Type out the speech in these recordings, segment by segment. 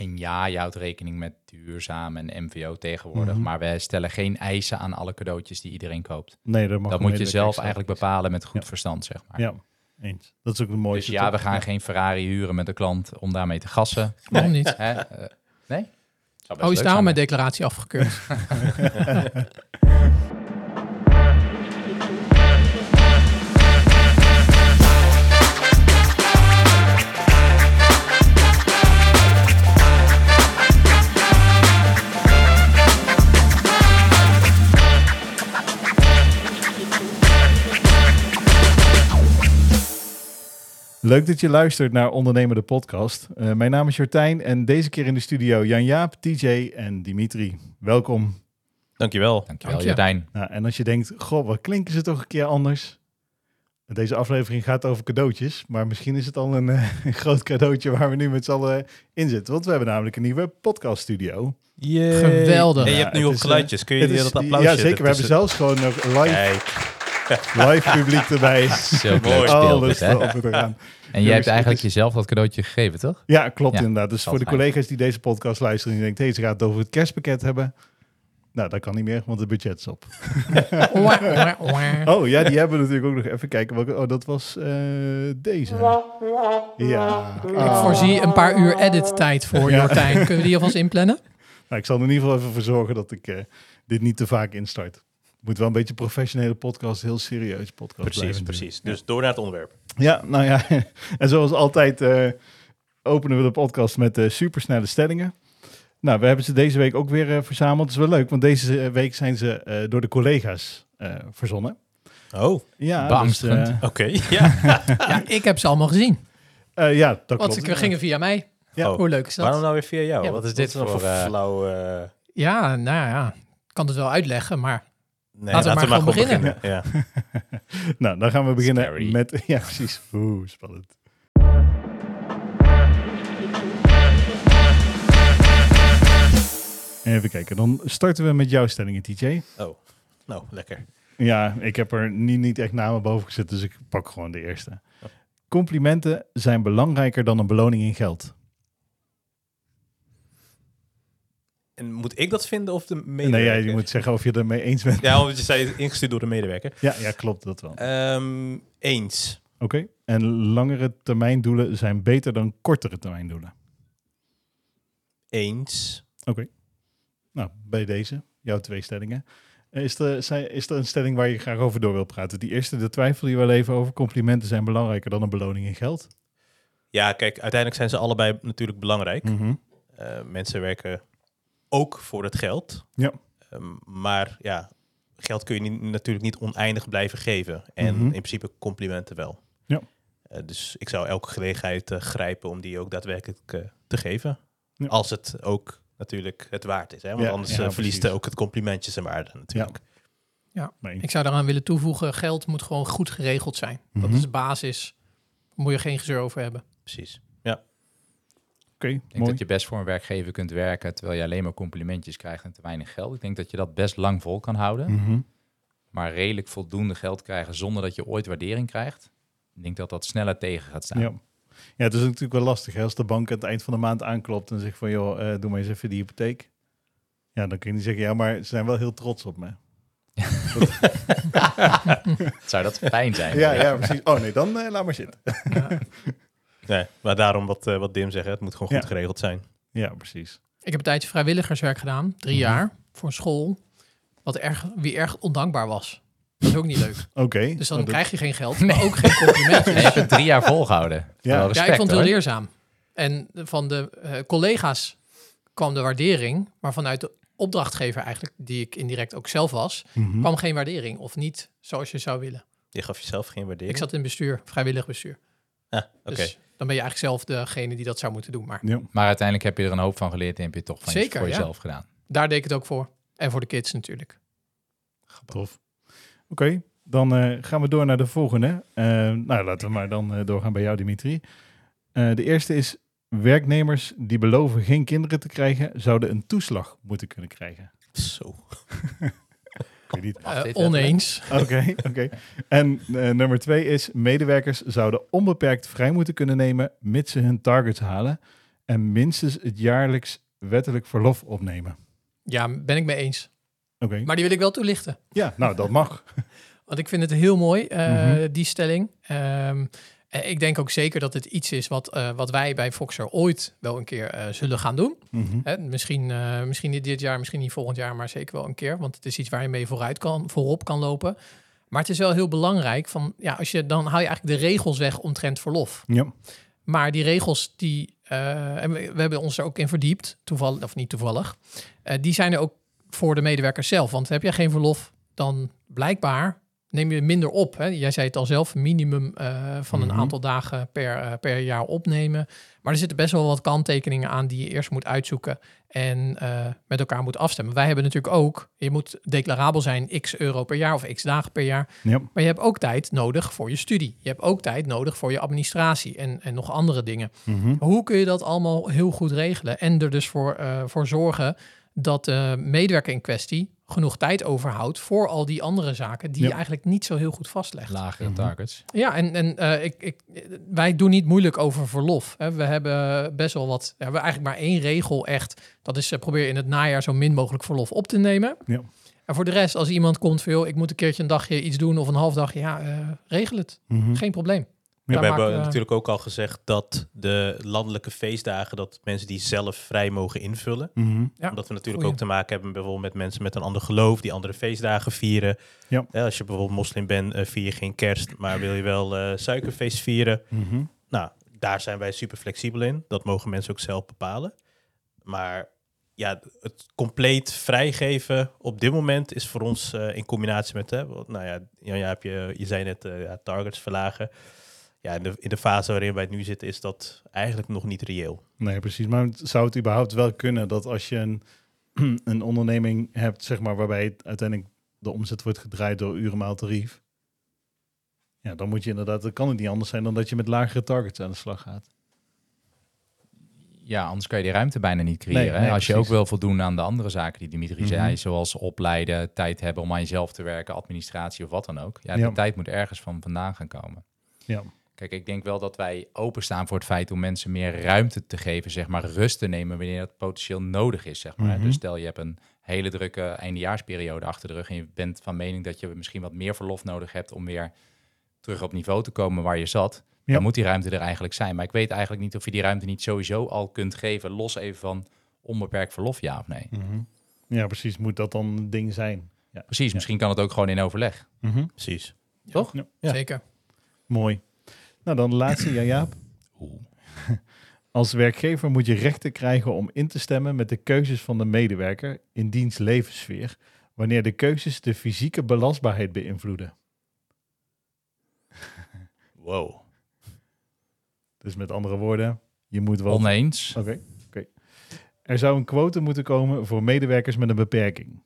En ja, je houdt rekening met duurzaam en MVO tegenwoordig. Maar we stellen geen eisen aan alle cadeautjes die iedereen koopt. Nee, dat moet je zelf eigenlijk bepalen met goed verstand, zeg maar. Ja, eens. Dat is ook een mooie. Dus ja, we gaan geen Ferrari huren met de klant om daarmee te gassen. Waarom niet? Nee? Is daarom mijn declaratie afgekeurd? Leuk dat je luistert naar Ondernemer de podcast. Mijn naam is Jortijn en deze keer in de studio Jan-Jaap, TJ en Dimitri. Welkom. Dankjewel. Dankjewel, Jortijn. Nou, en als je denkt, goh, wat klinken ze toch een keer anders? Deze aflevering gaat over cadeautjes, maar misschien is het al een groot cadeautje waar we nu met z'n allen in zitten. Want we hebben namelijk een nieuwe podcaststudio. Yay. Geweldig. En je hebt nu ook geluidjes. Kun je dat applausje... Ja, zeker. We hebben zelfs gewoon nog live publiek erbij. Zo mooi. Alles erop eraan. En jij hebt eigenlijk jezelf dat cadeautje gegeven, toch? Ja, klopt inderdaad. Dus voor de collega's die deze podcast luisteren en denken, ze gaat het over het kerstpakket hebben. Nou, dat kan niet meer, want het budget is op. Oh ja, die hebben we natuurlijk ook nog. Even kijken. Welke, dat was deze. Ja. Ik voorzie een paar uur edit-tijd voor Jortijn. Kunnen we die alvast inplannen? Nou, ik zal er in ieder geval even voor zorgen dat ik dit niet te vaak instart. Het moet wel een beetje professionele podcast, heel serieus podcast. Precies. Dus door naar het onderwerp. Ja, nou ja. En zoals altijd openen we de podcast met supersnelle stellingen. Nou, we hebben ze deze week ook weer verzameld. Dat is wel leuk, want deze week zijn ze door de collega's verzonnen. Oh, ja, beangstigend. Dus, oké. Ja. Ja, ik heb ze allemaal gezien. Ja, dat Want klopt. ze gingen via mij. Ja. Hoe leuk is dat? Waarom nou weer via jou? Ja, wat is dit voor flauw... Ja, nou ja. Ik kan het wel uitleggen, maar... Nee, laten we maar gewoon beginnen. Ja. Nou, dan gaan we beginnen Scary. met... Ja, precies. Oeh, spannend. Even kijken, dan starten we met jouw stellingen, TJ. Oh, nou, lekker. Ja, ik heb er niet echt namen boven gezet, dus ik pak gewoon de eerste. Oh. Complimenten zijn belangrijker dan een beloning in geld. En moet ik dat vinden of de medewerker? Nee, je moet zeggen of je ermee eens bent. Ja, want je zei ingestuurd door de medewerker. Ja, klopt, dat wel. Eens. Oké. En langere termijndoelen zijn beter dan kortere termijndoelen. Eens. Oké. Nou, bij deze, jouw twee stellingen. Is er een stelling waar je graag over door wil praten? Die eerste, de twijfel je wel even over. Complimenten zijn belangrijker dan een beloning in geld. Ja, kijk, uiteindelijk zijn ze allebei natuurlijk belangrijk. Mm-hmm. Mensen werken ook voor het geld. Ja. Maar ja, geld kun je natuurlijk niet oneindig blijven geven. En in principe complimenten wel. Ja. Dus ik zou elke gelegenheid grijpen om die ook daadwerkelijk te geven. Ja. Als het ook natuurlijk het waard is. Hè? Want anders verliest ook het complimentje zijn waarde natuurlijk. Ja, ik zou daaraan willen toevoegen, geld moet gewoon goed geregeld zijn. Dat is de basis. Daar moet je geen gezeur over hebben. Precies, ja. Ik denk dat je best voor een werkgever kunt werken terwijl je alleen maar complimentjes krijgt en te weinig geld. Ik denk dat je dat best lang vol kan houden. Mm-hmm. Maar redelijk voldoende geld krijgen zonder dat je ooit waardering krijgt. Ik denk dat dat sneller tegen gaat staan. Ja. Ja, het is natuurlijk wel lastig. Hè? Als de bank aan het eind van de maand aanklopt en zegt van, joh, doe maar eens even die hypotheek. Ja, dan kun je niet zeggen, ja, maar ze zijn wel heel trots op me. Zou dat fijn zijn? Ja, precies. Oh nee, dan laat maar zitten. Nee, maar daarom wat Dim zegt, het moet gewoon goed geregeld zijn. Ja, precies. Ik heb een tijdje vrijwilligerswerk gedaan, 3 jaar, voor een school, wie erg ondankbaar was. Dat is ook niet leuk. Oké. Dus dan krijg je geen geld, maar ook geen complimentjes. Je hebt het 3 jaar volgehouden. Ja. Respect, ik vond het heel hoor. leerzaam. En van de collega's kwam de waardering, maar vanuit de opdrachtgever eigenlijk, die ik indirect ook zelf was, kwam geen waardering of niet zoals je zou willen. Je gaf jezelf geen waardering? Ik zat in bestuur, vrijwillig bestuur. Ah, oké. Dus dan ben je eigenlijk zelf degene die dat zou moeten doen. Maar uiteindelijk heb je er een hoop van geleerd en heb je het toch van Zeker, voor jezelf gedaan. Daar deed ik het ook voor. En voor de kids natuurlijk. Tof. Oké, dan gaan we door naar de volgende. Nou, laten we maar dan doorgaan bij jou, Dimitri. De eerste is, werknemers die beloven geen kinderen te krijgen, zouden een toeslag moeten kunnen krijgen. Zo. Ik weet niet. Oneens. Oké. En nummer 2 is, medewerkers zouden onbeperkt vrij moeten kunnen nemen, mits ze hun targets halen. en minstens het jaarlijks wettelijk verlof opnemen. Ja, ben ik mee eens. Oké. Maar die wil ik wel toelichten. Ja, nou, dat mag. Want ik vind het heel mooi, die stelling. Ik denk ook zeker dat het iets is wat wij bij Voxer ooit wel een keer zullen gaan doen. Misschien niet dit jaar, misschien niet volgend jaar, maar zeker wel een keer. Want het is iets waar je mee voorop kan lopen. Maar het is wel heel belangrijk dan haal je eigenlijk de regels weg omtrent verlof. Ja. Maar die regels en we hebben ons er ook in verdiept, toevallig of niet toevallig. Die zijn er ook voor de medewerkers zelf. Want heb jij geen verlof, dan blijkbaar neem je minder op. Hè? Jij zei het al zelf, minimum van een aantal dagen per jaar opnemen. Maar er zitten best wel wat kanttekeningen aan die je eerst moet uitzoeken en met elkaar moet afstemmen. Wij hebben natuurlijk ook, je moet declarabel zijn x euro per jaar of x dagen per jaar. Ja. Maar je hebt ook tijd nodig voor je studie. Je hebt ook tijd nodig voor je administratie en nog andere dingen. Hoe kun je dat allemaal heel goed regelen en er dus voor zorgen dat de medewerker in kwestie genoeg tijd overhoudt voor al die andere zaken die je eigenlijk niet zo heel goed vastlegt. Lagere targets. Ja, wij doen niet moeilijk over verlof. Hè. We hebben best wel wat. We hebben eigenlijk maar één regel echt. Dat is probeer in het najaar zo min mogelijk verlof op te nemen. Ja. En voor de rest, als iemand komt van, ik moet een keertje een dagje iets doen of een half dagje, regel het. Geen probleem. Ja, we hebben natuurlijk ook al gezegd dat de landelijke feestdagen, dat mensen die zelf vrij mogen invullen. Ja, omdat we natuurlijk ook te maken hebben bijvoorbeeld met mensen met een ander geloof, die andere feestdagen vieren. Ja. Als je bijvoorbeeld moslim bent, vier je geen kerst, maar wil je wel suikerfeest vieren. Nou, daar zijn wij super flexibel in. Dat mogen mensen ook zelf bepalen. Maar ja, het compleet vrijgeven op dit moment is voor ons in combinatie met, je zei net, targets verlagen. Ja, in de fase waarin wij nu zitten, is dat eigenlijk nog niet reëel. Nee, precies. Maar zou het überhaupt wel kunnen dat als je een onderneming hebt, zeg maar, waarbij het uiteindelijk de omzet wordt gedraaid door urenmaal tarief, ja, dan moet je inderdaad, dan kan het niet anders zijn dan dat je met lagere targets aan de slag gaat. Ja, anders kan je die ruimte bijna niet creëren. Nee, als je ook wil voldoen aan de andere zaken die Dimitri zei, zoals opleiden, tijd hebben om aan jezelf te werken, administratie of wat dan ook. Ja, die tijd moet ergens vandaan gaan komen. Ja. Kijk, ik denk wel dat wij openstaan voor het feit om mensen meer ruimte te geven, zeg maar, rust te nemen wanneer dat potentieel nodig is, zeg maar. Dus stel je hebt een hele drukke eindejaarsperiode achter de rug en je bent van mening dat je misschien wat meer verlof nodig hebt om weer terug op niveau te komen waar je zat. Ja. Dan moet die ruimte er eigenlijk zijn. Maar ik weet eigenlijk niet of je die ruimte niet sowieso al kunt geven, los even van onbeperkt verlof, ja of nee. Ja, precies. Moet dat dan een ding zijn? Ja. Precies, misschien kan het ook gewoon in overleg. Precies. Ja. Toch? Ja. Zeker. Mooi. Nou, dan de laatste, Jaap. Als werkgever moet je rechten krijgen om in te stemmen met de keuzes van de medewerker in diens levenssfeer, wanneer de keuzes de fysieke belastbaarheid beïnvloeden. Wow. Dus met andere woorden, je moet wel... Oneens. Oké. Er zou een quote moeten komen voor medewerkers met een beperking.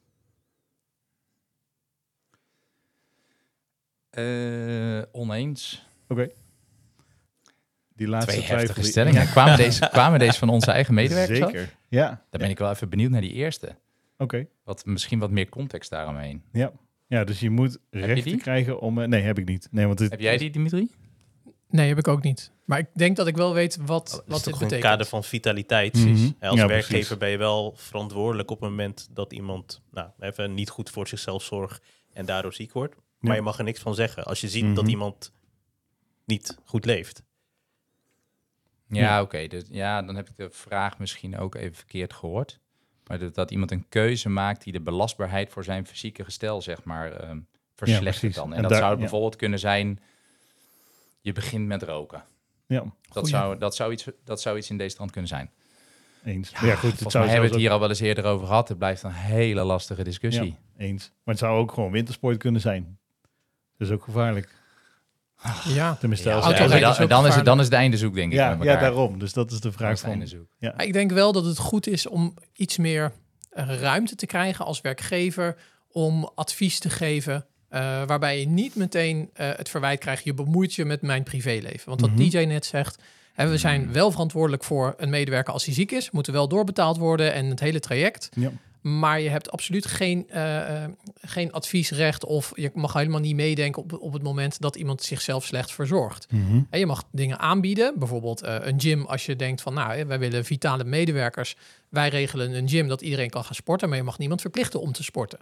Oneens. Oké. Die laatste twee heftige stellingen. Ja. Kwamen deze van onze eigen medewerkers? Zeker, ja. Daar ben ik wel even benieuwd naar die eerste. Oké. Misschien wat meer context daaromheen. Ja, dus je moet rechten krijgen om... nee, heb ik niet. Nee, want heb jij die, Dimitri? Nee, heb ik ook niet. Maar ik denk dat ik wel weet wat dit betekent. Het is een kader van vitaliteit. Als werkgever precies. Ben je wel verantwoordelijk op het moment dat iemand even niet goed voor zichzelf zorgt en daardoor ziek wordt. Maar je mag er niks van zeggen als je ziet dat iemand niet goed leeft. Ja, oké. Dus, dan heb ik de vraag misschien ook even verkeerd gehoord. Maar dat iemand een keuze maakt die de belastbaarheid voor zijn fysieke gestel, zeg maar, verslechtert dan. En dat zou bijvoorbeeld kunnen zijn, je begint met roken. Ja. Dat zou iets in deze trant kunnen zijn. Eens. Ja, goed. Volgens mij hebben we het hier al wel eens eerder over gehad. Het blijft een hele lastige discussie. Ja, eens. Maar het zou ook gewoon wintersport kunnen zijn. Dat is ook gevaarlijk. Ja. Tenminste, dan is het einde zoek, denk ik. Ja, daarom. Dus dat is de vraag van... Ja. Ik denk wel dat het goed is om iets meer ruimte te krijgen als werkgever om advies te geven, waarbij je niet meteen het verwijt krijgt, je bemoeit je met mijn privéleven. Want wat DJ net zegt, we zijn wel verantwoordelijk voor een medewerker als hij ziek is, moeten wel doorbetaald worden en het hele traject. Ja. Maar je hebt absoluut geen adviesrecht of je mag helemaal niet meedenken op het moment dat iemand zichzelf slecht verzorgt. En je mag dingen aanbieden, bijvoorbeeld een gym als je denkt van wij willen vitale medewerkers. Wij regelen een gym dat iedereen kan gaan sporten, maar je mag niemand verplichten om te sporten.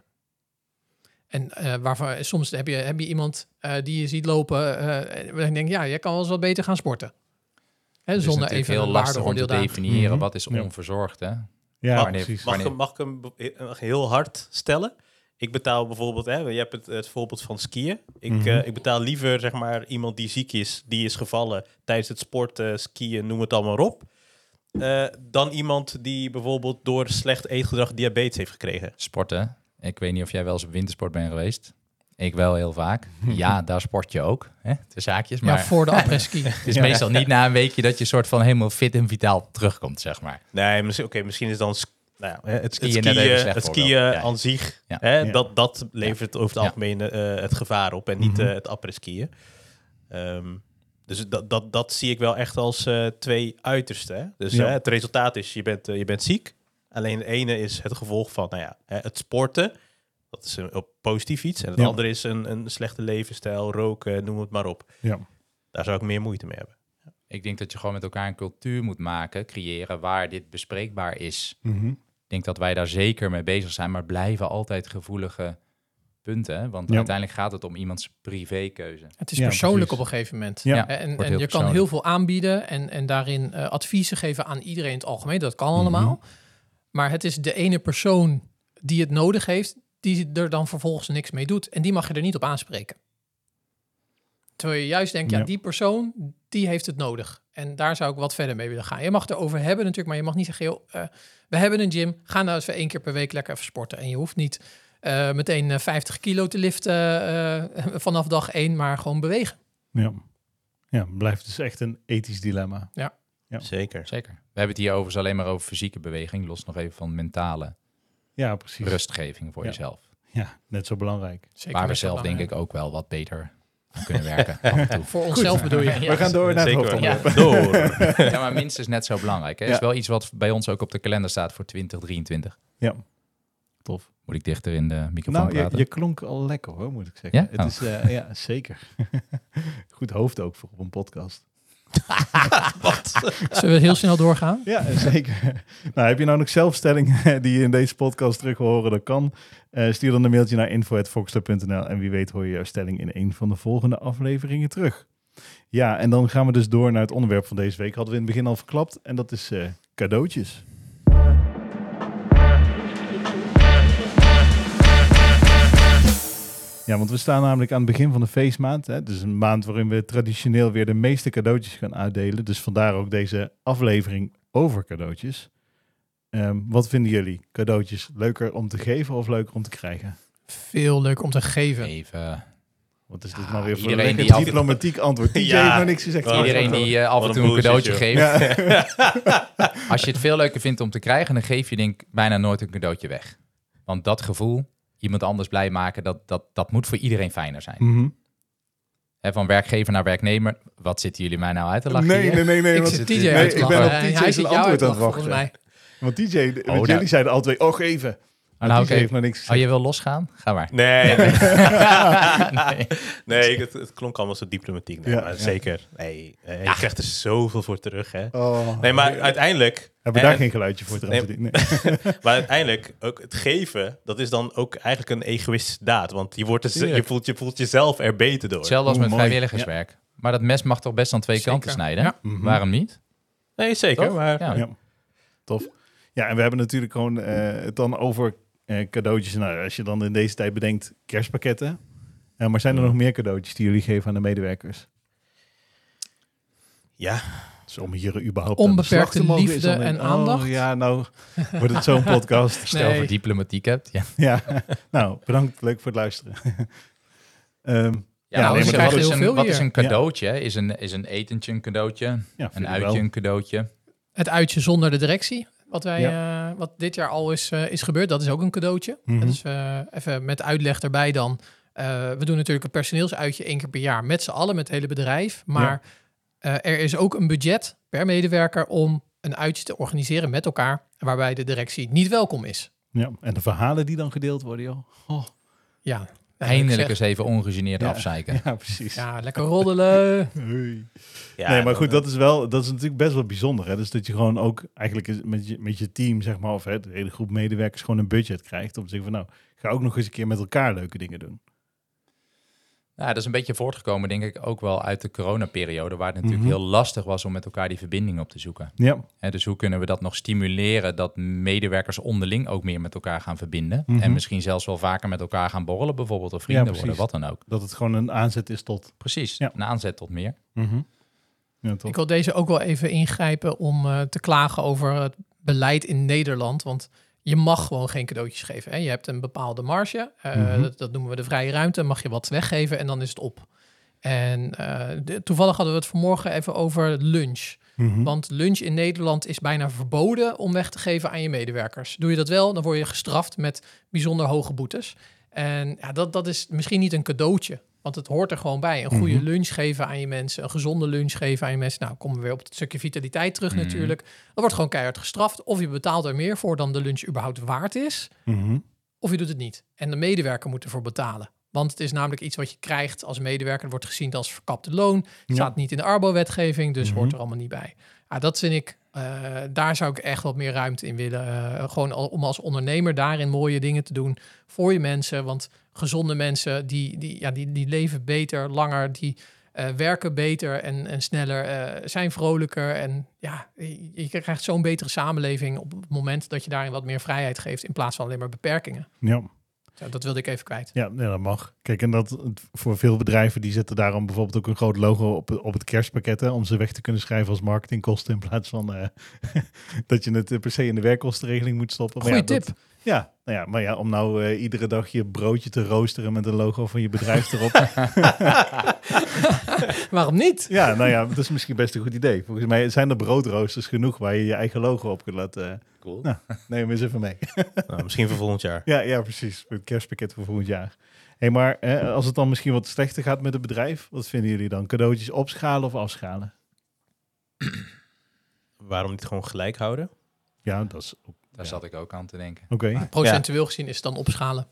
En waarvan soms heb je iemand die je ziet lopen en je denkt, jij kan wel eens wat beter gaan sporten. Hè, Het is zonder even heel een lastig om te waardeoordeel definiëren wat is onverzorgd, hè? Ja, Wanneer- precies. Mag ik hem heel hard stellen? Ik betaal bijvoorbeeld, je hebt het voorbeeld van skiën. Ik betaal liever zeg maar iemand die ziek is, die is gevallen tijdens het sporten, skiën, noem het allemaal op. Dan iemand die bijvoorbeeld door slecht eetgedrag diabetes heeft gekregen. Sporten. Ik weet niet of jij wel eens op wintersport bent geweest. Ik wel heel vaak. Ja, daar sport je ook. Hè? De zaakjes. Maar voor de après-ski. het is meestal niet na een weekje dat je soort van helemaal fit en vitaal terugkomt, zeg maar. Nee, misschien is dan het Skiën net even slecht het voorbeeld. skiën Ja. aan zich. Ja. Hè, dat levert over het algemeen het gevaar op en niet het après-skiën. Dus dat zie ik wel echt als twee uitersten. Hè? Dus het resultaat is, je bent ziek. Alleen het ene is het gevolg van het sporten. Dat is een positief iets. En het andere is een slechte levensstijl, roken, noem het maar op. Ja. Daar zou ik meer moeite mee hebben. Ik denk dat je gewoon met elkaar een cultuur moet maken, creëren waar dit bespreekbaar is. Ik denk dat wij daar zeker mee bezig zijn, maar blijven altijd gevoelige punten. Hè? Want uiteindelijk gaat het om iemands privékeuze. Het is persoonlijk precies. op een gegeven moment. Ja. En Wordt heel je kan persoonlijk. heel veel aanbieden en daarin adviezen geven aan iedereen in het algemeen. Dat kan allemaal. Maar het is de ene persoon die het nodig heeft, die er dan vervolgens niks mee doet. En die mag je er niet op aanspreken. Terwijl je juist denkt, die persoon, die heeft het nodig. En daar zou ik wat verder mee willen gaan. Je mag het erover hebben natuurlijk, maar je mag niet zeggen, we hebben een gym, ga nou eens 1 keer per week lekker even sporten. En je hoeft niet meteen 50 kilo te liften vanaf dag 1, maar gewoon bewegen. Ja, blijft dus echt een ethisch dilemma. Ja. Zeker. We hebben het hier overigens alleen maar over fysieke beweging, los nog even van mentale Precies. rustgeving voor jezelf. Ja, net zo belangrijk. Zeker Waar we met zelf z'n denk allen. ik ook wel wat beter aan kunnen werken. Af en toe. Voor onszelf bedoel je. We gaan door naar het Zeker hoofdonderwerp. door. Ja, maar minstens net zo belangrijk. Hè? Is wel iets wat bij ons ook op de kalender staat voor 2023. Ja, tof. Moet ik dichter in de microfoon Nou, praten? je klonk al lekker hoor, moet ik zeggen. Ja? Het is, zeker. Goed hoofd ook voor op een podcast. Zullen we heel snel doorgaan? Ja, zeker. Nou, heb je nou nog zelf stellingen die je in deze podcast terug wil horen? Dat kan. Stuur dan een mailtje naar info@foxter.nl en wie weet hoor je jouw stelling in een van de volgende afleveringen terug. Ja, en dan gaan we dus door naar het onderwerp van deze week. Hadden we in het begin al verklapt en dat is cadeautjes. Ja, want we staan namelijk aan het begin van de feestmaand. Hè? Dus een maand waarin we traditioneel weer de meeste cadeautjes gaan uitdelen. Dus vandaar ook deze aflevering over cadeautjes. Wat vinden jullie? Cadeautjes leuker om te geven of leuker om te krijgen? Veel leuk om te geven. Even. Wat is dit nou weer voor iedereen een die altijd- diplomatiek antwoord? TJ Ja. heeft nog niks gezegd. Iedereen die af en Wat toe een een cadeautje bullshit, geeft. Als je het veel leuker vindt om te krijgen, dan geef je denk ik bijna nooit een cadeautje weg. Want dat gevoel, iemand anders blij maken, dat moet voor iedereen fijner zijn. Mhm. Hè, van werkgever naar werknemer. Wat zitten jullie mij nou uit te lachen Nee, hier? nee. Ik want- zit TJ nee, uit te ik ben lachen. op En TJ hij zijn zit jou uit antwoord te aan het lachen, volgens wachten. mij. Want TJ, want nou. jullie zeiden al twee, geven. Nou, TJ heeft nog niks gezegd. Oh, je wil losgaan? Ga maar. Nee, Nee. nee het klonk allemaal zo diplomatiek. Nee, Ja, maar ja. zeker. Nee, je krijgt er zoveel voor terug. Hè? Oh. Nee, maar uiteindelijk... Hebben we daar geen geluidje voor trouwens? Nee. Maar uiteindelijk, ook het geven, dat is dan ook eigenlijk een egoïstische daad. Want je voelt jezelf er beter door. Hetzelfde als Oeh, met mooi. vrijwilligerswerk. Maar dat mes mag toch best aan twee Zeker. kanten snijden? Ja. Mhm. Waarom niet? Nee, zeker. Toch? Maar Ja. Ja, tof. Ja, en we hebben natuurlijk gewoon het dan over cadeautjes. Nou, als je dan in deze tijd bedenkt, kerstpakketten. Maar zijn er nog meer cadeautjes die jullie geven aan de medewerkers? ja, Dus om hier überhaupt Onbeperkte aan de slag te mogen, is liefde dan en aandacht? Ja, nou wordt het zo'n podcast. Stel Nee. voor diplomatiek hebt. Ja. Ja, nou, bedankt. Leuk voor het luisteren. Ja, Ja, nou, nee, wat, maar wat dat is heel veel wat is hier. een cadeautje? Is een etentje een cadeautje? Ja, Een vind ik uitje wel. een cadeautje? Het uitje zonder de directie, wat dit jaar al is gebeurd, dat is ook een cadeautje. Mhm. Dus even met uitleg erbij dan. We doen natuurlijk een personeelsuitje 1 keer per jaar met z'n allen, met het hele bedrijf. Maar er is ook een budget per medewerker om een uitje te organiseren met elkaar, waarbij de directie niet welkom is. Ja, en de verhalen die dan gedeeld worden, joh. Oh. Ja. Eindelijk eens even ongegeneerd afzeiken. Ja, precies. Ja, lekker roddelen. Hey. Ja, Nee, maar goed, dat is natuurlijk best wel bijzonder. Hè? Dus dat je gewoon ook eigenlijk met je team, zeg maar, of de hele groep medewerkers gewoon een budget krijgt om te zeggen van nou, ga ook nog eens een keer met elkaar leuke dingen doen. Ja, dat is een beetje voortgekomen, denk ik, ook wel uit de coronaperiode, waar het natuurlijk heel lastig was om met elkaar die verbinding op te zoeken. Ja. Dus hoe kunnen we dat nog stimuleren, dat medewerkers onderling ook meer met elkaar gaan verbinden? En misschien zelfs wel vaker met elkaar gaan borrelen, bijvoorbeeld, of vrienden worden, wat dan ook. Dat het gewoon een aanzet is tot... Precies, Ja. een aanzet tot meer. Ja, top. Ik wil deze ook wel even ingrijpen om te klagen over het beleid in Nederland. Want je mag gewoon geen cadeautjes geven. Hè? Je hebt een bepaalde marge. Dat noemen we de vrije ruimte. Mag je wat weggeven en dan is het op. En toevallig hadden we het vanmorgen even over lunch. Want lunch in Nederland is bijna verboden om weg te geven aan je medewerkers. Doe je dat wel, dan word je gestraft met bijzonder hoge boetes. En ja, dat is misschien niet een cadeautje. Want het hoort er gewoon bij. Een goede lunch geven aan je mensen. Een gezonde lunch geven aan je mensen. Nou, komen we weer op het stukje vitaliteit terug natuurlijk. Dat wordt gewoon keihard gestraft. Of je betaalt er meer voor dan de lunch überhaupt waard is. Of je doet het niet. En de medewerker moet ervoor betalen. Want het is namelijk iets wat je krijgt als medewerker. Het wordt gezien als verkapte loon. Het staat niet in de Arbo-wetgeving, dus hoort er allemaal niet bij. Ja, dat vind ik, daar zou ik echt wat meer ruimte in willen. Gewoon om als ondernemer daarin mooie dingen te doen voor je mensen. Want gezonde mensen, die leven beter, langer, die werken beter en sneller, zijn vrolijker. En ja, je krijgt zo'n betere samenleving op het moment dat je daarin wat meer vrijheid geeft in plaats van alleen maar beperkingen. Ja. Ja, dat wilde ik even kwijt. Ja, nee, dat mag. Kijk, en dat voor veel bedrijven die zetten daarom bijvoorbeeld ook een groot logo op het kerstpakket, hè, om ze weg te kunnen schrijven als marketingkosten in plaats van dat je het per se in de werkkostenregeling moet stoppen. Goeie tip. Maar ja, om nou iedere dag je broodje te roosteren met een logo van je bedrijf erop. Waarom niet? Ja, nou ja, dat is misschien best een goed idee. Volgens mij zijn er broodroosters genoeg waar je je eigen logo op kunt laten. Cool. Nou, neem hem eens even mee. Nou, misschien voor volgend jaar. Ja, precies. Het kerstpakket voor volgend jaar. Hey, maar als het dan misschien wat slechter gaat met het bedrijf, wat vinden jullie dan? Cadeautjes opschalen of afschalen? Waarom niet gewoon gelijk houden? Ja, dat is ook... Daar zat ik ook aan te denken. Oké. Procentueel gezien is het dan opschalen.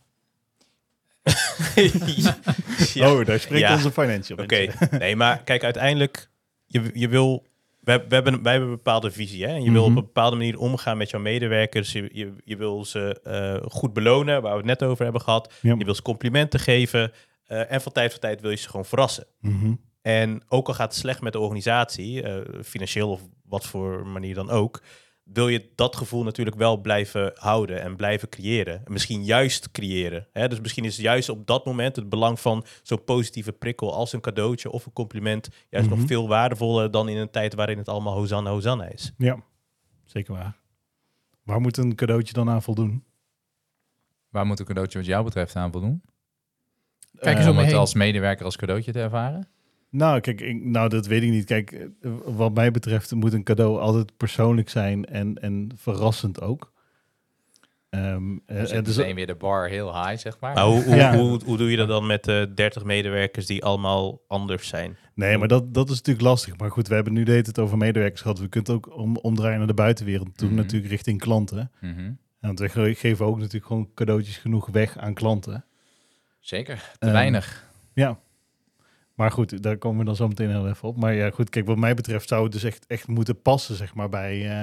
Ja. Oh, daar spreekt onze financial. Oké, nee, maar kijk, uiteindelijk, je wil... Wij hebben een bepaalde visie, hè? En je wil op een bepaalde manier omgaan met jouw medewerkers. Je wil ze goed belonen, waar we het net over hebben gehad. Ja. Je wil ze complimenten geven. En van tijd wil je ze gewoon verrassen. En ook al gaat het slecht met de organisatie, financieel of wat voor manier dan ook, wil je dat gevoel natuurlijk wel blijven houden en blijven creëren. En misschien juist creëren. Hè? Dus misschien is juist op dat moment het belang van zo'n positieve prikkel als een cadeautje of een compliment juist nog veel waardevoller dan in een tijd waarin het allemaal Hosanna, Hosanna is. Ja, zeker waar. Waar moet een cadeautje dan aan voldoen? Waar moet een cadeautje wat jou betreft aan voldoen? Kijk eens om Om me het heen. als medewerker als cadeautje te ervaren? Nou, kijk, dat weet ik niet. Kijk, wat mij betreft moet een cadeau altijd persoonlijk zijn en verrassend ook. Dus meteen weer de bar heel high, zeg maar. Maar Ja. hoe doe je dat dan met 30 medewerkers die allemaal anders zijn? Nee, maar dat is natuurlijk lastig. Maar goed, we hebben nu de hele tijd over medewerkers gehad. We kunnen het ook omdraaien naar de buitenwereld toe, natuurlijk richting klanten. Want we geven ook natuurlijk gewoon cadeautjes genoeg weg aan klanten. Zeker, te weinig. Ja. Maar goed, daar komen we dan zo meteen heel even op. Maar ja, goed, kijk, wat mij betreft zou het dus echt moeten passen, zeg maar,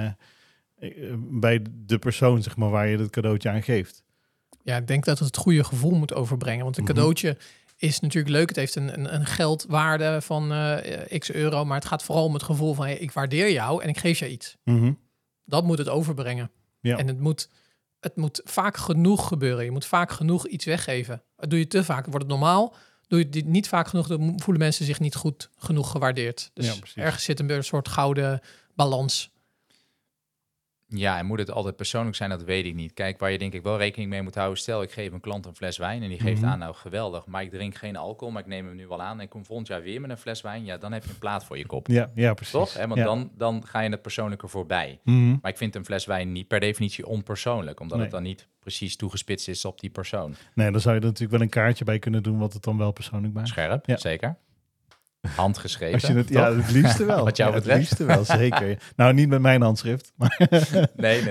bij de persoon, zeg maar, waar je het cadeautje aan geeft. Ja, ik denk dat het goede gevoel moet overbrengen. Want een cadeautje is natuurlijk leuk. Het heeft een geldwaarde van x euro. Maar het gaat vooral om het gevoel van, hey, ik waardeer jou en ik geef je iets. Dat moet het overbrengen. Ja. En het moet vaak genoeg gebeuren. Je moet vaak genoeg iets weggeven. Doe je te vaak, wordt het normaal. Doe je dit niet vaak genoeg, dan voelen mensen zich niet goed genoeg gewaardeerd. Dus Ja, precies. ergens zit een soort gouden balans. Ja, en moet het altijd persoonlijk zijn, dat weet ik niet. Kijk, waar je denk ik wel rekening mee moet houden. Stel, ik geef een klant een fles wijn en die geeft aan, nou geweldig, maar ik drink geen alcohol, maar ik neem hem nu wel aan en ik kom volgend jaar weer met een fles wijn. Ja, dan heb je een plaat voor je kop. Ja, precies. Toch? Hè? Want Ja. dan ga je het persoonlijke voorbij. Maar ik vind een fles wijn niet per definitie onpersoonlijk, omdat Nee. het dan niet precies toegespitst is op die persoon. Nee, dan zou je er natuurlijk wel een kaartje bij kunnen doen wat het dan wel persoonlijk maakt. Scherp, Ja. zeker. Handgeschreven. Als je het, toch? ja, het liefste wel. Wat jou Ja, betreft. Het liefste wel, zeker. Nou, niet met mijn handschrift. Maar Nee.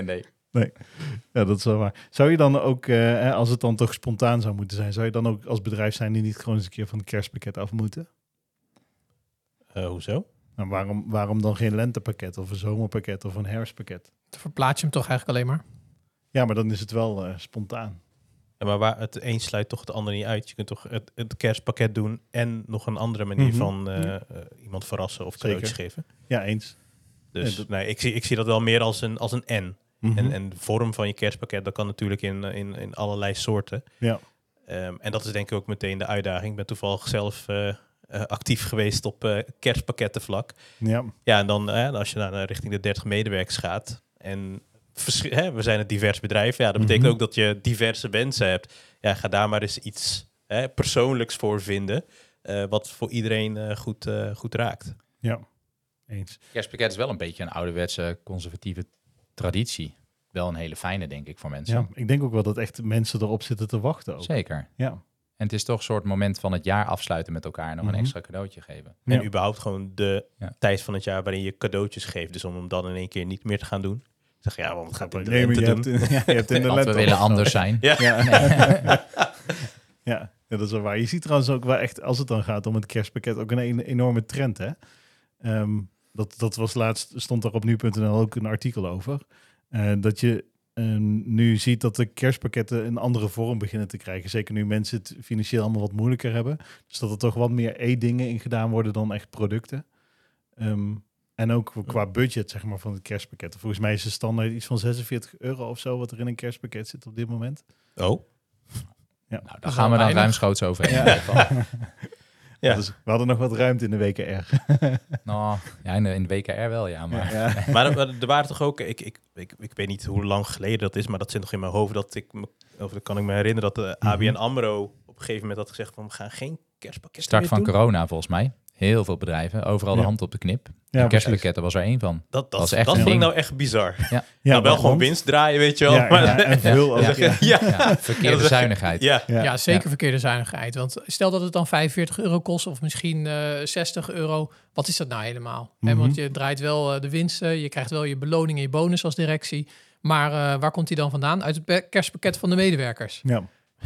Nee, ja, dat is wel waar. Zou je dan ook, als het dan toch spontaan zou moeten zijn, zou je dan ook als bedrijf zijn die niet gewoon eens een keer van het kerstpakket af moeten? Hoezo? Nou, waarom dan geen lentepakket of een zomerpakket of een herfstpakket? Dan verplaats je hem toch eigenlijk alleen maar. Ja, maar dan is het wel spontaan. Ja, maar het een sluit toch het ander niet uit. Je kunt toch het kerstpakket doen en nog een andere manier van iemand verrassen of cadeautjes geven. Ja, eens. Dus nee, ik zie dat wel meer als een en. Mm-hmm. En de vorm van je kerstpakket, dat kan natuurlijk in allerlei soorten. Ja. En dat is denk ik ook meteen de uitdaging. Ik ben toevallig zelf actief geweest op kerstpakkettenvlak. Ja. Ja, en dan als je naar richting de 30 medewerkers gaat en we zijn een divers bedrijf. Ja, dat betekent ook dat je diverse wensen hebt. Ja, ga daar maar eens iets persoonlijks voor vinden. Wat voor iedereen goed raakt. Ja, eens. Kerstpakket is wel een beetje een ouderwetse conservatieve traditie. Wel een hele fijne, denk ik, voor mensen. Ja, ik denk ook wel dat echt mensen erop zitten te wachten ook. Zeker. Ja. En het is toch een soort moment van het jaar afsluiten met elkaar en nog een extra cadeautje geven. Ja. En überhaupt gewoon de tijd van het jaar waarin je cadeautjes geeft. Dus om hem dan in één keer niet meer te gaan doen. Zeg je, ja, want het gaat in de Nee, maar lente doen. je hebt in de Want lente we willen al- anders zijn. Ja. Ja. Ja, dat is wel waar. Je ziet trouwens ook wel echt, als het dan gaat om het kerstpakket, ook een enorme trend, hè? Dat was laatst, stond er op nu.nl ook een artikel over. Dat je nu ziet dat de kerstpakketten een andere vorm beginnen te krijgen. Zeker nu mensen het financieel allemaal wat moeilijker hebben. Dus dat er toch wat meer e-dingen in gedaan worden dan echt producten. En ook qua budget, zeg maar, van het kerstpakket. Volgens mij is de standaard iets van €46 of zo, wat er in een kerstpakket zit op dit moment. Oh. Ja. Nou, daar gaan we dan ruimschoots over. Ja. Dus we hadden nog wat ruimte in de WKR. Nou, ja, in de WKR wel, ja. Maar Ja. Maar er waren toch ook, ik weet niet hoe lang geleden dat is, maar dat zit nog in mijn hoofd, dat kan ik me herinneren dat de ABN AMRO op een gegeven moment had gezegd van we gaan geen kerstpakket start meer van doen. corona volgens mij. Heel veel bedrijven, overal de Ja. hand op de knip. Ja, En kerstpakketten was er één van. Dat was echt dat een vond ik ding. nou echt bizar. Ja. Dan wel gewoon want- winst draaien, weet je wel. Ja, maar, ja, en veel ook. Ja. Ja. Ja, verkeerde zuinigheid. Ja. Ja, zeker verkeerde zuinigheid. Want stel dat het dan €45 kost of misschien €60. Wat is dat nou helemaal? Hè, want je draait wel de winsten, je krijgt wel je beloning en je bonus als directie. Maar waar komt die dan vandaan? Uit het kerstpakket van de medewerkers. Ja.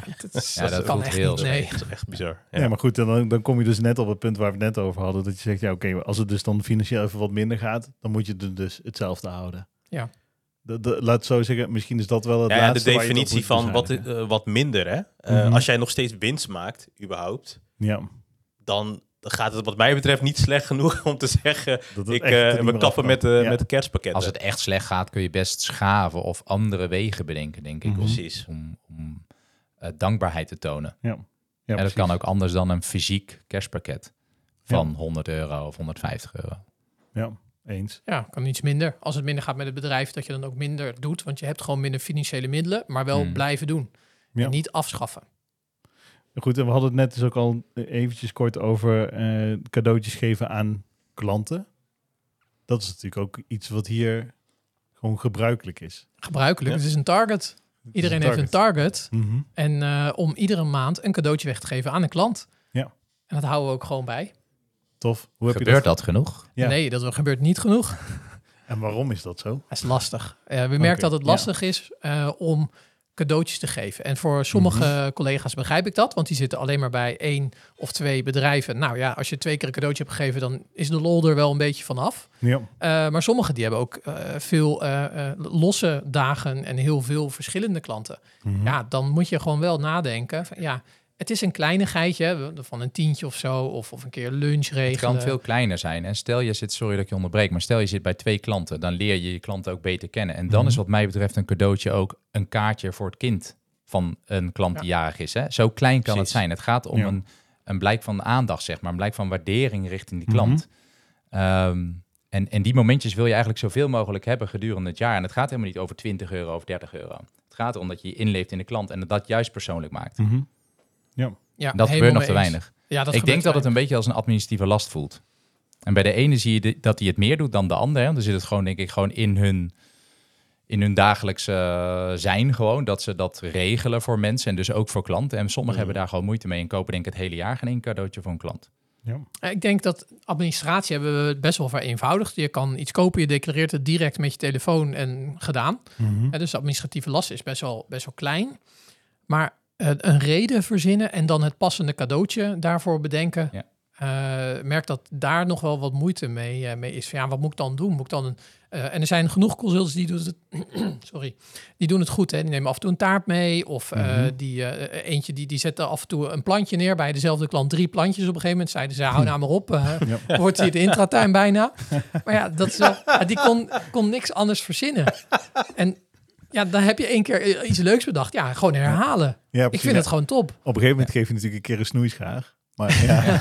Dat kan voelt echt heel niet. Nee. Dat is echt bizar. Ja. Ja, maar goed, dan kom je dus net op het punt waar we het net over hadden. Dat je zegt, ja oké, als het dus dan financieel even wat minder gaat, dan moet je het dus hetzelfde houden. Ja. Laat het zo zeggen, misschien is dat wel het Ja, laatste de waar je het op definitie moet van bezuinigen. wat minder. Hè? Als jij nog steeds winst maakt, überhaupt, Ja, dan gaat het wat mij betreft niet slecht genoeg om te zeggen, dat het ik echt er niet we meer kappen afkomt. met de kerstpakketten. Als het echt slecht gaat, kun je best schaven of andere wegen bedenken, denk ik. Precies. Om dankbaarheid te tonen. Ja, En dat precies. kan ook anders dan een fysiek kerstpakket van €100 of €150. Ja, eens. Ja, kan iets minder. Als het minder gaat met het bedrijf, dat je dan ook minder doet. Want je hebt gewoon minder financiële middelen, maar wel blijven doen. Ja. En niet afschaffen. Goed, en we hadden het net dus ook al eventjes kort over cadeautjes geven aan klanten. Dat is natuurlijk ook iets wat hier gewoon gebruikelijk is. Gebruikelijk, Ja. het is een target. Iedereen heeft een target. Mhm. En om iedere maand een cadeautje weg te geven aan een klant. Ja. En dat houden we ook gewoon bij. Tof. Hoe heb Gebeurt je dat genoeg? Ja. Nee, dat gebeurt niet genoeg. En waarom is dat zo? Dat is lastig. We merken dat het lastig is om cadeautjes te geven. En voor sommige collega's begrijp ik dat, want die zitten alleen maar bij 1 of 2 bedrijven. Nou ja, als je 2 keer een cadeautje hebt gegeven, dan is de lol er wel een beetje vanaf. Ja. Maar sommigen die hebben ook veel losse dagen en heel veel verschillende klanten. Ja, dan moet je gewoon wel nadenken. Van, ja, het is een kleinigheidje van een tientje of zo, of een keer lunch regelen. Het kan veel kleiner zijn. En stel je zit, sorry dat ik je onderbreek, maar stel je zit bij 2 klanten, dan leer je je klanten ook beter kennen. En dan is wat mij betreft een cadeautje ook een kaartje voor het kind van een klant die jarig is. Hè? Zo klein kan het zijn. Het gaat om een blijk van aandacht, zeg maar, een blijk van waardering richting die klant. En die momentjes wil je eigenlijk zoveel mogelijk hebben gedurende het jaar. En het gaat helemaal niet over €20 of €30. Het gaat erom dat je je inleeft in de klant en dat juist persoonlijk maakt. Ja, Dat gebeurt nog te weinig. Ja, dat Ik denk dat het een een beetje als een administratieve last voelt. En bij de ene zie je dat hij het meer doet dan de ander. Hè? Dan zit het gewoon, denk ik, gewoon in hun dagelijkse zijn gewoon. Dat ze dat regelen voor mensen en dus ook voor klanten. En sommigen hebben daar gewoon moeite mee en kopen denk ik het hele jaar geen één cadeautje voor een klant. Ja. Ik denk dat administratie hebben we best wel vereenvoudigd. Je kan iets kopen, je declareert het direct met je telefoon en gedaan. Dus de administratieve last is best wel klein. Maar een reden verzinnen en dan het passende cadeautje daarvoor bedenken... Ja. Merk dat daar nog wel wat moeite mee is. Van, wat moet ik dan doen? Moet ik dan en er zijn genoeg consultants die doen het, die doen het goed. Hè? Die nemen af en toe een taart mee. Of eentje die zet af en toe een plantje neer. Bij dezelfde klant 3 plantjes op een gegeven moment. Zeiden ze, hou nou maar op. Wordt hier de intratuin bijna. Maar ja, dat is wel, die kon niks anders verzinnen. En ja, dan heb je 1 keer iets leuks bedacht. Ja, gewoon herhalen. Ja, ik vind het gewoon top. Op een gegeven moment geef je natuurlijk een keer een snoeischaar. Maar ja.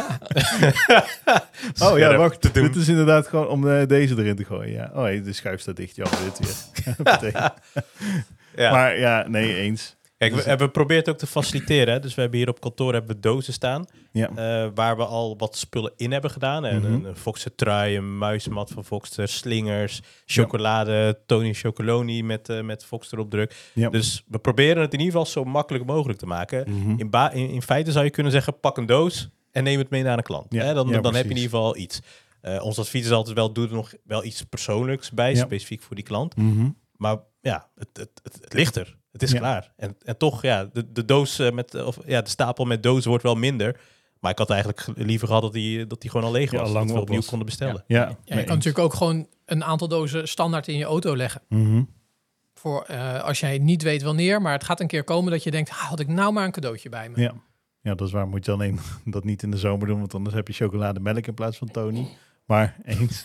Oh ja, wacht. Dit is inderdaad gewoon om deze erin te gooien. Ja. Oh, de schuif staat dicht. Jammer, dit weer. Ja. Maar ja, nee, eens. Kijk, we proberen het ook te faciliteren. Hè? Dus we hebben hier op kantoor hebben we dozen staan. Ja. Waar we al wat spullen in hebben gedaan. En een Voxer trui, een muismat van Voxer, slingers, chocolade, Tony Chocoloni met Voxer op druk. Ja. Dus we proberen het in ieder geval zo makkelijk mogelijk te maken. In feite zou je kunnen zeggen, pak een doos en neem het mee naar een klant. Ja. Hè? Dan heb je in ieder geval iets. Ons advies is altijd wel, doe er nog wel iets persoonlijks bij, specifiek voor die klant. Maar ja, het ligt er. Het is klaar. En toch, ja, de doos de stapel met dozen wordt wel minder. Maar ik had eigenlijk liever gehad dat die gewoon al leeg was. Dat we opnieuw konden bestellen. Ja, je kan natuurlijk ook gewoon een aantal dozen standaard in je auto leggen. Voor als jij niet weet wanneer, maar het gaat een keer komen dat je denkt, had ik nou maar een cadeautje bij me. Ja, dat is waar. Moet je dan dat niet in de zomer doen, want anders heb je chocolademelk in plaats van Tony. Maar eens.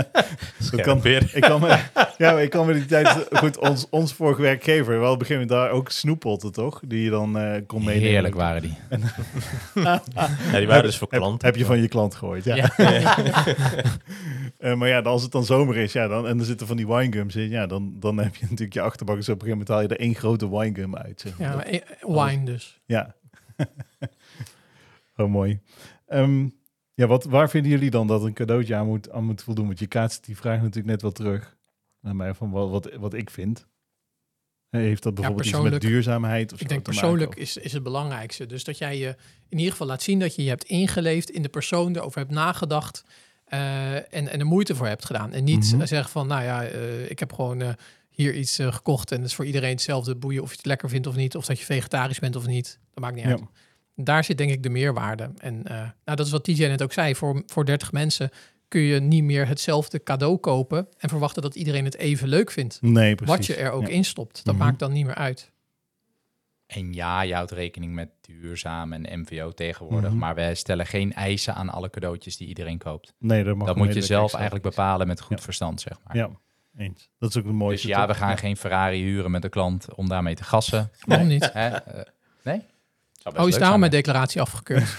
Ik kan me die tijd goed. Ons vorige werkgever, wel op een gegeven moment daar ook snoeppotten, toch? Die je dan kon meenemen. Heerlijk waren die. Die waren dus voor klanten. Heb je van je klant gegooid, ja. Maar ja, als het dan zomer is, en er zitten van die winegums in, dan heb je natuurlijk je achterbak. Dus op een gegeven moment haal je er 1 grote winegum uit. Zeg maar. Ja, wine dus. Ja. Oh, mooi. Waar vinden jullie dan dat een cadeautje aan moet voldoen? Want je kaatst die vraag natuurlijk net wel terug naar mij van wat ik vind. Heeft dat bijvoorbeeld iets met duurzaamheid? Of ik denk persoonlijk is het belangrijkste. Dus dat jij je in ieder geval laat zien dat je hebt ingeleefd in de persoon, erover hebt nagedacht en er moeite voor hebt gedaan. En niet zeggen van, ik heb gewoon hier iets gekocht en het is voor iedereen hetzelfde. Boeien of je het lekker vindt of niet. Of dat je vegetarisch bent of niet. Dat maakt niet uit. Daar zit denk ik de meerwaarde. En dat is wat TJ net ook zei. Voor 30 mensen kun je niet meer hetzelfde cadeau kopen en verwachten dat iedereen het even leuk vindt. Nee, precies. Wat je er ook instopt. Dat maakt dan niet meer uit. En ja, je houdt rekening met duurzaam en MVO tegenwoordig. Maar we stellen geen eisen aan alle cadeautjes die iedereen koopt. Nee, dat moet je zelf eigenlijk bepalen met goed verstand, zeg maar. Ja, eens. Dat is ook het mooiste. Dus we gaan geen Ferrari huren met de klant om daarmee te gassen. Waarom niet? Nee? Is daarom mijn declaratie afgekeurd?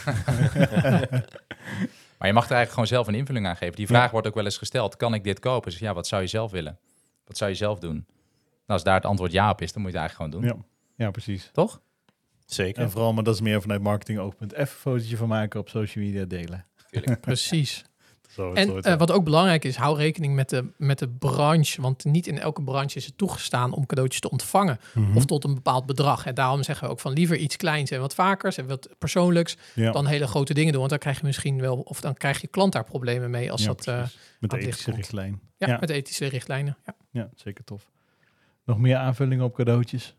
Maar je mag er eigenlijk gewoon zelf een invulling aan geven. Die vraag wordt ook wel eens gesteld. Kan ik dit kopen? Dus wat zou je zelf willen? Wat zou je zelf doen? Nou, als daar het antwoord ja op is, dan moet je het eigenlijk gewoon doen. Ja, precies. Toch? Zeker. En vooral, maar dat is meer vanuit marketing-oogpunt. Even een fotootje van maken op social media delen. Tuurlijk. Precies. Wat ook belangrijk is, hou rekening met de branche. Want niet in elke branche is het toegestaan om cadeautjes te ontvangen. Of tot een bepaald bedrag. En daarom zeggen we ook van liever iets kleins en wat vakers en wat persoonlijks. Dan hele grote dingen doen. Want dan krijg je misschien wel, of dan krijg je klant daar problemen mee. Als dat met de ethische richtlijn. Ja, met de ethische richtlijnen. Ja, zeker tof. Nog meer aanvullingen op cadeautjes?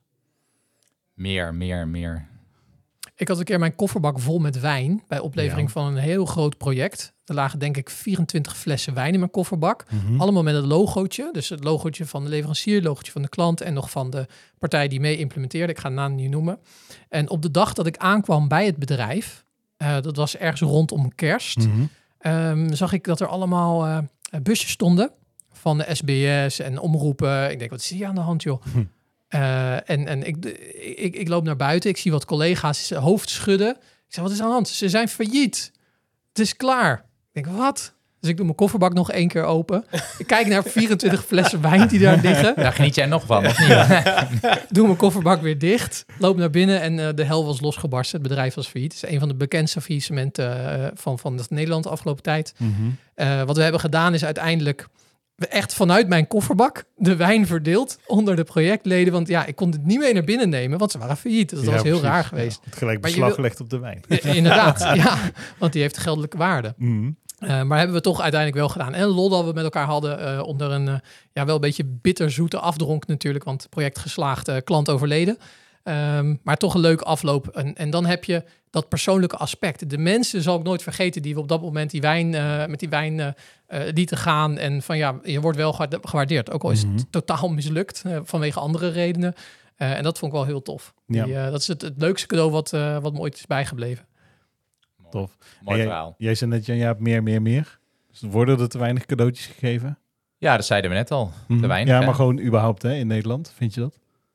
Meer. Ik had een keer mijn kofferbak vol met wijn bij oplevering van een heel groot project. Er lagen denk ik 24 flessen wijn in mijn kofferbak. Allemaal met het logootje. Dus het logootje van de leverancier, het logootje van de klant en nog van de partij die mee implementeerde. Ik ga de naam niet noemen. En op de dag dat ik aankwam bij het bedrijf, dat was ergens rondom kerst, zag ik dat er allemaal busjes stonden van de SBS en omroepen. Ik denk, wat is hier aan de hand, joh? En ik loop naar buiten. Ik zie wat collega's hoofd schudden. Ik zeg, wat is aan de hand? Ze zijn failliet. Het is klaar. Ik denk, wat? Dus ik doe mijn kofferbak nog 1 keer open. Ik kijk naar 24 flessen wijn die daar liggen. Daar geniet jij nog van, of niet? Doe mijn kofferbak weer dicht. Loop naar binnen en de hel was losgebarsten. Het bedrijf was failliet. Het is een van de bekendste faillissementen van Nederland de afgelopen tijd. Wat we hebben gedaan is uiteindelijk echt vanuit mijn kofferbak de wijn verdeeld onder de projectleden. Want ja, ik kon het niet mee naar binnen nemen, want ze waren failliet. Dus dat was heel raar geweest. Het gelijk Maar beslag gelegd op de wijn. Inderdaad, ja. Want die heeft geldelijke waarde. Mhm. Maar hebben we toch uiteindelijk wel gedaan. En lol dat we met elkaar hadden onder een wel een beetje bitterzoete afdronk natuurlijk. Want project geslaagd, klant overleden. Maar toch een leuke afloop. En dan heb je dat persoonlijke aspect. De mensen zal ik nooit vergeten die we op dat moment met die wijn lieten gaan. En van ja, je wordt wel gewaardeerd. Ook al is het totaal mislukt vanwege andere redenen. En dat vond ik wel heel tof. Ja. Dat is het leukste cadeau wat me ooit is bijgebleven. Tof. Mooi verhaal. Jij zei net, Jan-Jaap, meer. Dus worden er te weinig cadeautjes gegeven? Ja, dat zeiden we net al. Te weinig. Ja, hè? maar gewoon überhaupt in Nederland, vind je dat?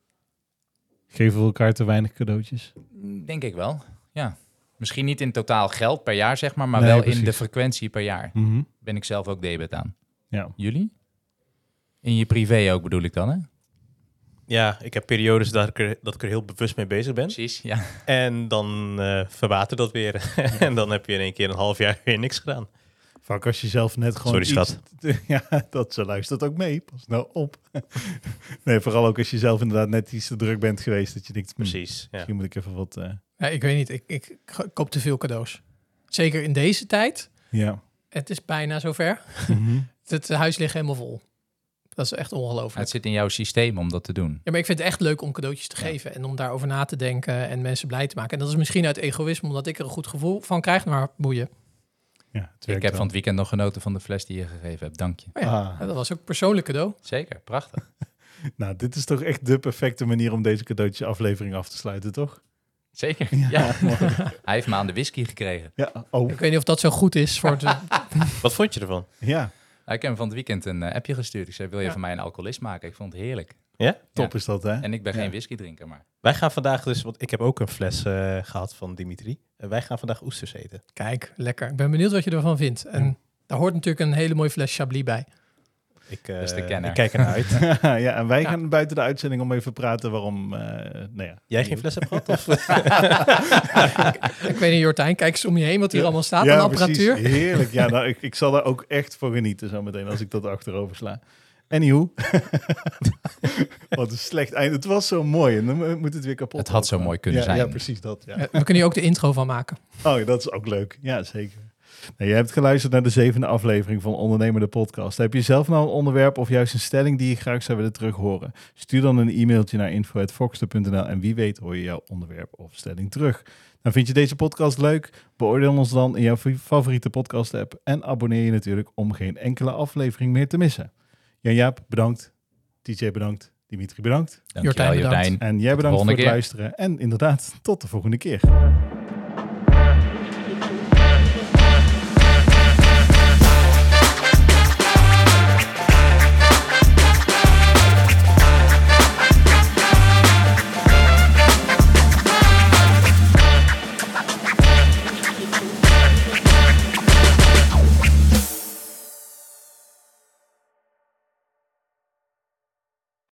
Geven we elkaar te weinig cadeautjes? Denk ik wel, ja. Misschien niet in totaal geld per jaar, zeg maar Nee, wel precies. in de frequentie per jaar. Mhm. Ben ik zelf ook debet aan. Ja. Jullie? In je privé ook bedoel ik dan, hè? Ja, ik heb periodes dat ik er heel bewust mee bezig ben. Precies, ja. En dan verwatert dat weer. En dan heb je in één keer een half jaar weer niks gedaan. Vaak als je zelf net gewoon Sorry, schat. Ja, dat ze luistert ook mee. Pas nou op. Nee, vooral ook als je zelf inderdaad net iets te druk bent geweest. Dat je denkt, Precies. Ja. misschien moet ik even wat... Ja, ik weet niet, ik koop te veel cadeaus. Zeker in deze tijd. Ja. Het is bijna zover. Mhm. Het huis ligt helemaal vol. Dat is echt ongelooflijk. Het zit in jouw systeem om dat te doen. Ja, maar ik vind het echt leuk om cadeautjes te geven. En om daarover na te denken en mensen blij te maken. En dat is misschien uit egoïsme, omdat ik er een goed gevoel van krijg. Maar boeien. Ja, het Ik werkt heb wel. van het weekend nog genoten van de fles die je gegeven hebt. Dank je. Oh ja, Ah. dat was ook een persoonlijk cadeau. Zeker, prachtig. Nou, dit is toch echt de perfecte manier om deze cadeautje aflevering af te sluiten, toch? Zeker, ja. Hij heeft me aan de whisky gekregen. Ja, oh, Ik weet niet of dat zo goed is voor het... Wat vond je ervan? ja. Ik heb hem van het weekend een appje gestuurd. Ik zei, wil je Ja. van mij een alcoholist maken? Ik vond het heerlijk. Ja? Top is dat, hè? En ik ben Ja. geen whisky drinker, maar... Wij gaan vandaag dus, want ik heb ook een fles gehad van Dimitri. Wij gaan vandaag oesters eten. Kijk, lekker. Ik ben benieuwd wat je ervan vindt. En daar hoort natuurlijk een hele mooie fles Chablis bij. is de kenner. Ik kijk ernaar uit. Ja, en wij Ja. gaan buiten de uitzending om even praten waarom... nou ja. Jij geen fles hebt gehad? Of? Ik weet niet, Jortijn, kijk eens om je heen wat hier allemaal staat Ja, aan apparatuur. precies. Heerlijk. Ja, nou, ik zal daar ook echt voor genieten zo meteen als ik dat achterover sla. Anywho. Wat een slecht eind. Het was zo mooi en dan moet het weer kapot. Het had zo mooi kunnen zijn. Ja, precies dat. Ja. We kunnen hier ook de intro van maken. Oh, dat is ook leuk. Ja, zeker. Nou, je hebt geluisterd naar de 7e aflevering van Ondernemer de Podcast. Heb je zelf nou een onderwerp of juist een stelling die je graag zou willen terughoren? Stuur dan een e-mailtje naar info@foxter.nl en wie weet hoor je jouw onderwerp of stelling terug. Nou, vind je deze podcast leuk? Beoordeel ons dan in jouw favoriete podcast app en abonneer je natuurlijk om geen enkele aflevering meer te missen. Jan-Jaap, bedankt. TJ, bedankt. Dimitri, bedankt. Dankjewel, Jortijn, bedankt. Jortijn. En jij bedankt voor volgende het keer. luisteren. En inderdaad, tot de volgende keer.